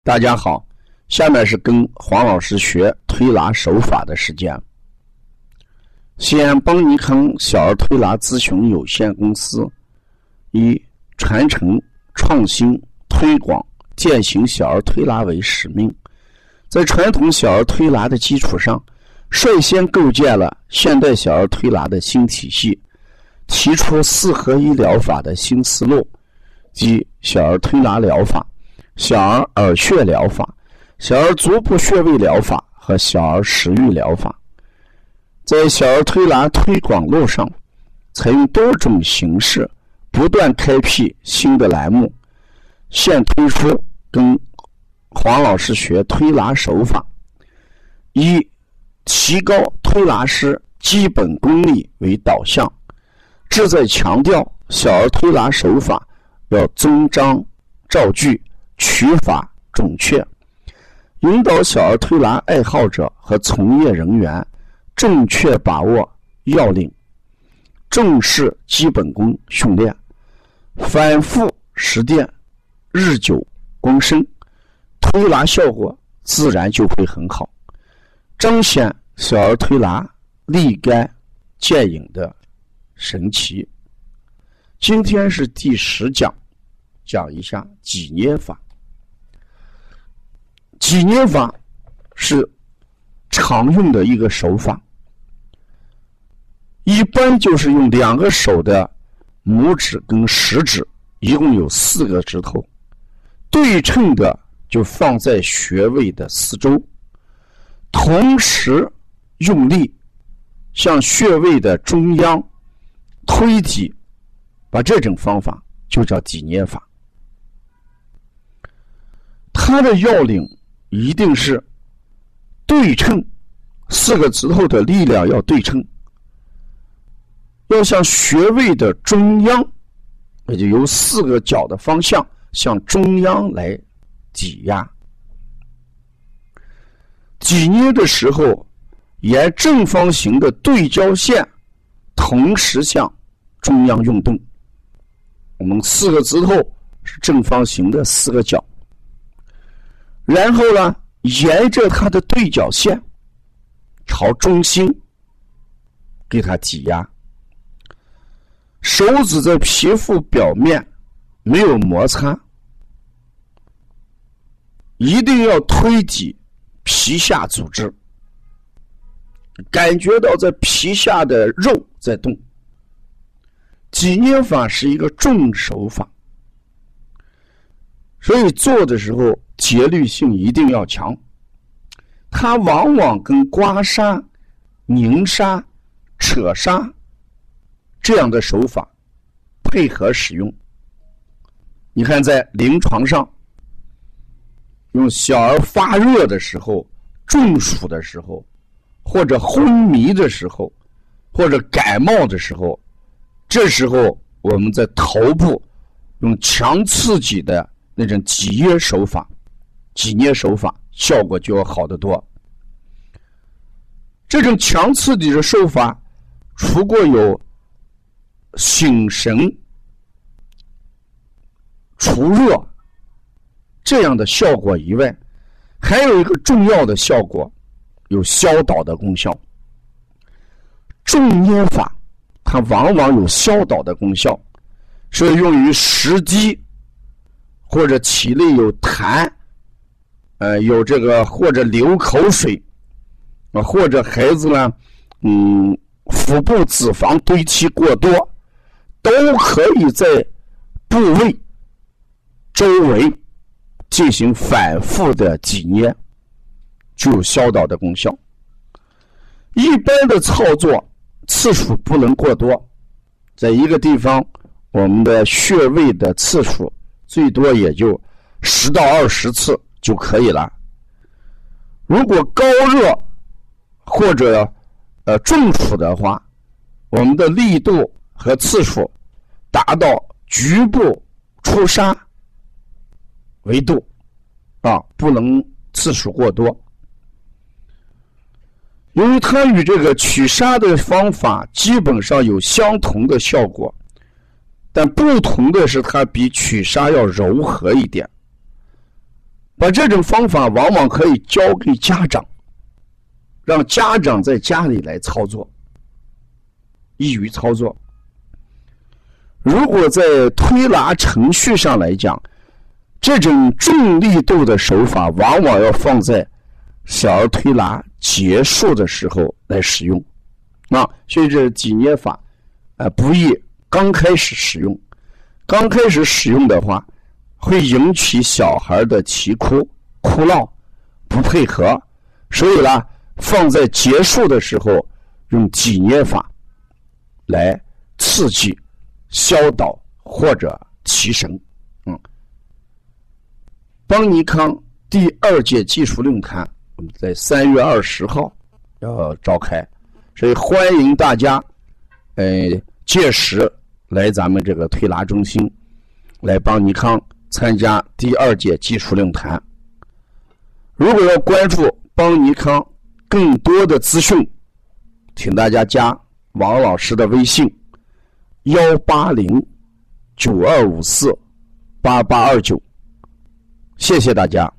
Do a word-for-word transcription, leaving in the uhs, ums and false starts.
大家好，下面是跟黄老师学推拿手法的时间。西安邦尼康小儿推拿咨询有限公司以传承、创新、推广、践行小儿推拿为使命，在传统小儿推拿的基础上，率先构建了现代小儿推拿的新体系，提出四合一疗法的新思路，即小儿推拿疗法、小儿耳穴疗法、小儿足部穴位疗法和小儿食欲疗法。在小儿推拿推广路上，采用多种形式，不断开辟新的栏目，现推出跟黄老师学推拿手法，以提高推拿师基本功力为导向，志在强调小儿推拿手法要宗章造句，取法准确，引导小儿推拿爱好者和从业人员正确把握要领，重视基本功训练，反复实践，日久功深，推拿效果自然就会很好，彰显小儿推拿立竿见影的神奇。今天是第十讲，讲一下挤捏法。挤捏法是常用的一个手法，一般就是用两个手的拇指跟食指，一共有四个指头，对称的就放在穴位的四周，同时用力向穴位的中央推挤，把这种方法就叫挤捏法。它的要领一定是对称，四个指头的力量要对称，要向穴位的中央，也就由四个角的方向向中央来挤压。挤捏的时候，沿正方形的对焦线同时向中央运动。我们四个指头是正方形的四个角，然后呢，沿着它的对角线朝中心给它挤压。手指在皮肤表面没有摩擦，一定要推挤皮下组织，感觉到在皮下的肉在动。挤捏法是一个重手法，所以做的时候节律性一定要强，它往往跟刮痧、拧痧、扯痧这样的手法配合使用。你看在临床上，用小儿发热的时候、中暑的时候，或者昏迷的时候，或者感冒的时候，这时候我们在头部用强刺激的那种挤捏手法，挤捏手法效果就要好得多。这种强刺激的手法，除过有醒神、除热这样的效果以外，还有一个重要的效果，有消导的功效。重捏法它往往有消导的功效，是用于食积或者体内有痰，呃，有这个或者流口水，啊，或者孩子呢，嗯，腹部脂肪堆积过多，都可以在部位周围进行反复的挤捏，具有消导的功效。一般的操作次数不能过多，在一个地方我们的穴位的次数最多也就十到二十次就可以了。如果高热或者呃中暑的话，我们的力度和次数达到局部出痧为度啊，不能次数过多。由于它与这个取痧的方法基本上有相同的效果，但不同的是它比取痧要柔和一点。 把这种方法往往可以交给家长，让家长在家里来操作，易于操作。如果在推拿程序上来讲，这种重力度的手法往往要放在小儿推拿结束的时候来使用。啊，所以这挤捏法呃，不宜刚开始使用。刚开始使用的话，会引起小孩的啼哭、哭闹、不配合，所以呢，放在结束的时候用挤捏法来刺激、消导或者提神。嗯，邦尼康第二届技术论坛我们在三月二十号要召开，所以欢迎大家，呃，届时来咱们这个推拿中心，来邦尼康参加第二届技术论坛。如果要关注邦尼康更多的资讯，请大家加王老师的微信幺八零九二五四八八二九，谢谢大家。